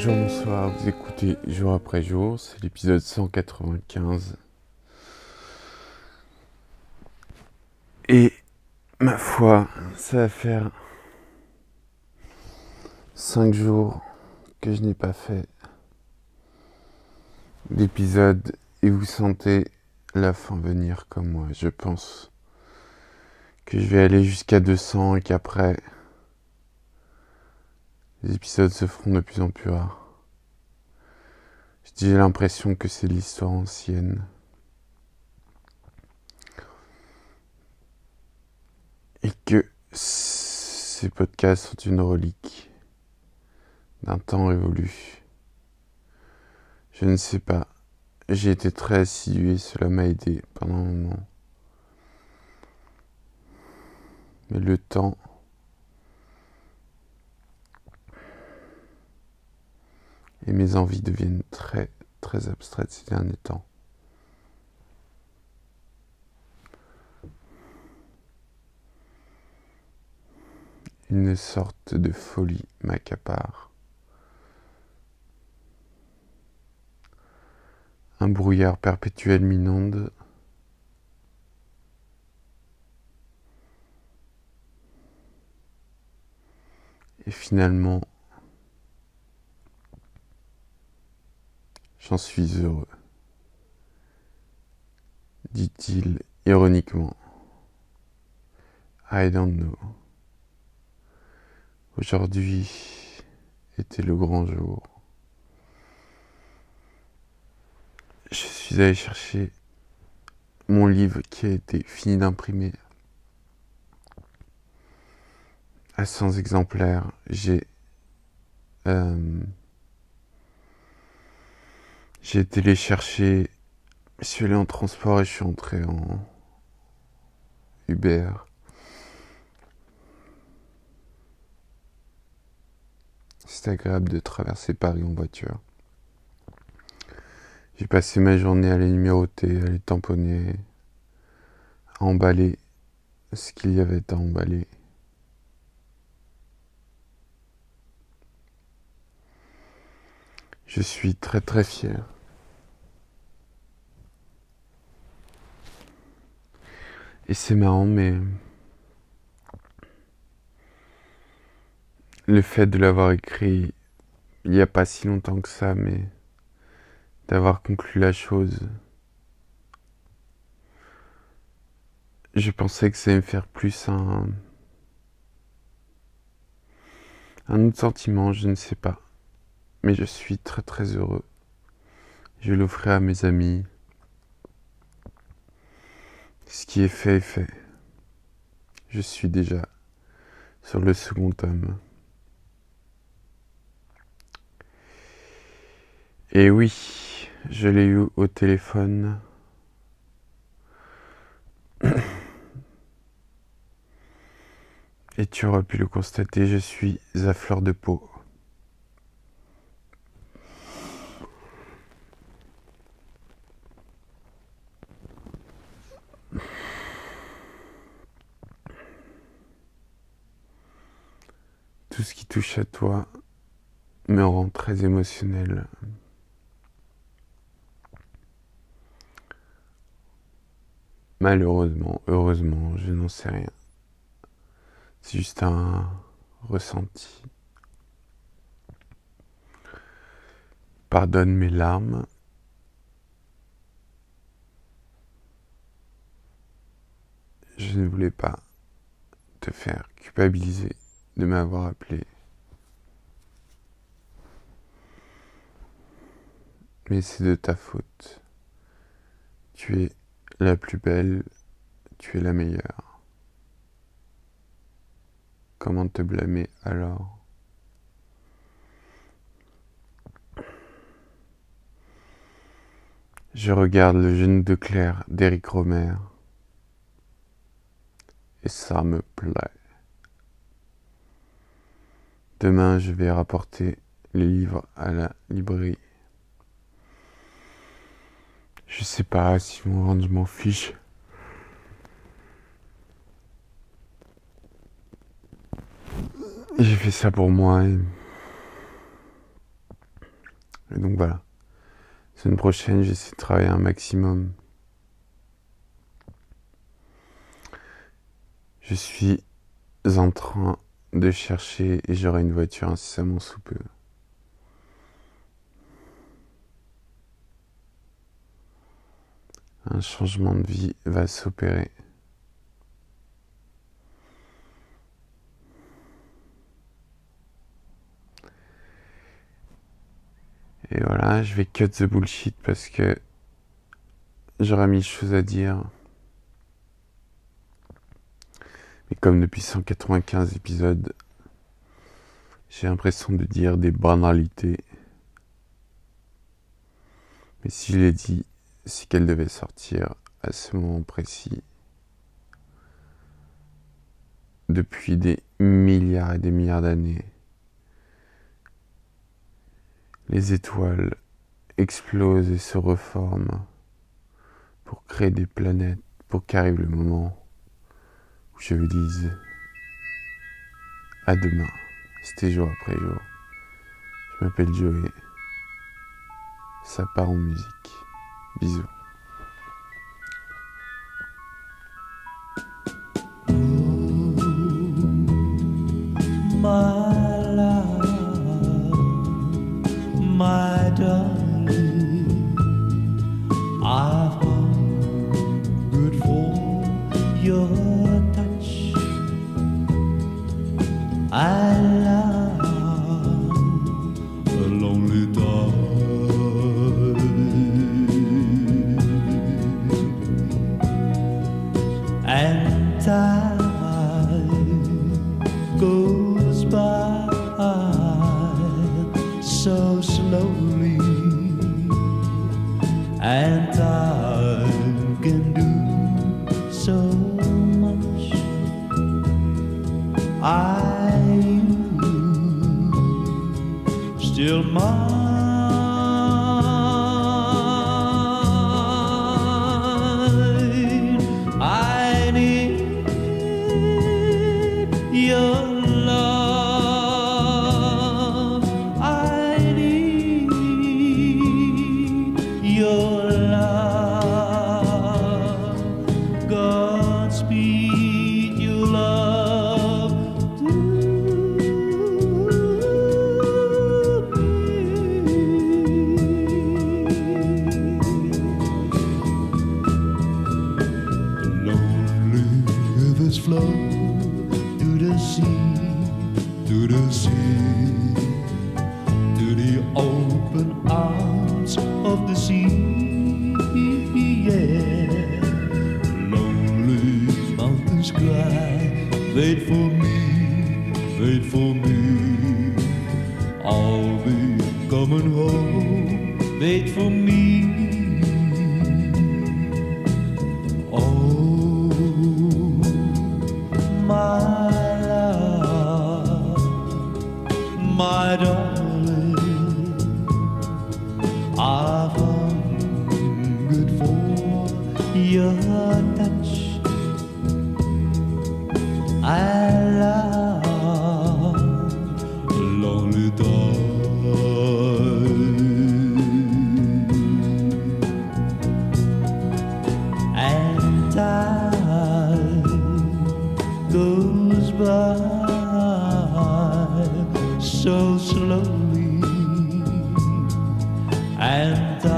Bonjour, bonsoir, vous écoutez jour après jour, c'est l'épisode 195. Et ma foi, ça va faire 5 jours que je n'ai pas fait d'épisode et vous sentez la fin venir comme moi. Je pense que je vais aller jusqu'à 200 et qu'après, les épisodes se feront de plus en plus rares. J'ai l'impression que c'est l'histoire ancienne. Et que ces podcasts sont une relique d'un temps révolu. Je ne sais pas. J'ai été très assidu et cela m'a aidé pendant un moment. Mais le temps et mes envies deviennent très, très abstraites ces derniers temps. Une sorte de folie m'accapare. Un brouillard perpétuel m'inonde. Et finalement, j'en suis heureux, dit-il ironiquement. I don't know. Aujourd'hui était le grand jour. Je suis allé chercher mon livre qui a été fini d'imprimer à 100 exemplaires. J'ai été les chercher, je suis allé en transport et je suis entré en Uber. C'est agréable de traverser Paris en voiture. J'ai passé ma journée à les numéroter, à les tamponner, à emballer ce qu'il y avait à emballer. Je suis très très fier. Et c'est marrant, mais le fait de l'avoir écrit il n'y a pas si longtemps que ça, mais d'avoir conclu la chose, je pensais que ça allait me faire plus un autre sentiment, je ne sais pas. Mais je suis très très heureux. Je l'offrirai à mes amis. Ce qui est fait est fait. Je suis déjà sur le second tome. Et oui, je l'ai eu au téléphone. Et tu auras pu le constater, je suis à fleur de peau. Tout ce qui touche à toi me rend très émotionnel. Malheureusement, heureusement, je n'en sais rien. C'est juste un ressenti. Pardonne mes larmes. Je ne voulais pas te faire culpabiliser de m'avoir appelé. Mais c'est de ta faute. Tu es la plus belle, tu es la meilleure. Comment te blâmer alors ? Je regarde le genou de Claire d'Éric Rohmer et ça me plaît. Demain, je vais rapporter les livres à la librairie. Je sais pas si vont vendre, je m'en fiche. J'ai fait ça pour moi. Et donc voilà. La semaine prochaine, j'essaie de travailler un maximum. Je suis en train de chercher et j'aurai une voiture incessamment sous peu. Un changement de vie va s'opérer. Et voilà, je vais cut the bullshit parce que j'aurais mille choses à dire. Mais comme depuis 195 épisodes, j'ai l'impression de dire des banalités. Mais si je l'ai dit, c'est qu'elle devait sortir à ce moment précis. Depuis des milliards et des milliards d'années. Les étoiles explosent et se reforment pour créer des planètes, pour qu'arrive le moment où je vous dise à demain. C'était jour après jour. Je m'appelle Joey. Ça part en musique. Bisous. My love, my darling, I've hungered for your touch. I love a lonely dark, and time goes by so slowly, and time can do so much. Still mine. I need your love. I need your love. Godspeed your love to flow to the sea, to the sea, to the open arms of the sea. Yeah, lonely mountains cry, wait for me, wait for me. I'll be coming home, wait for me. My darling, I've hungered for your touch. I love a lonely dark, and time goes by so slowly, and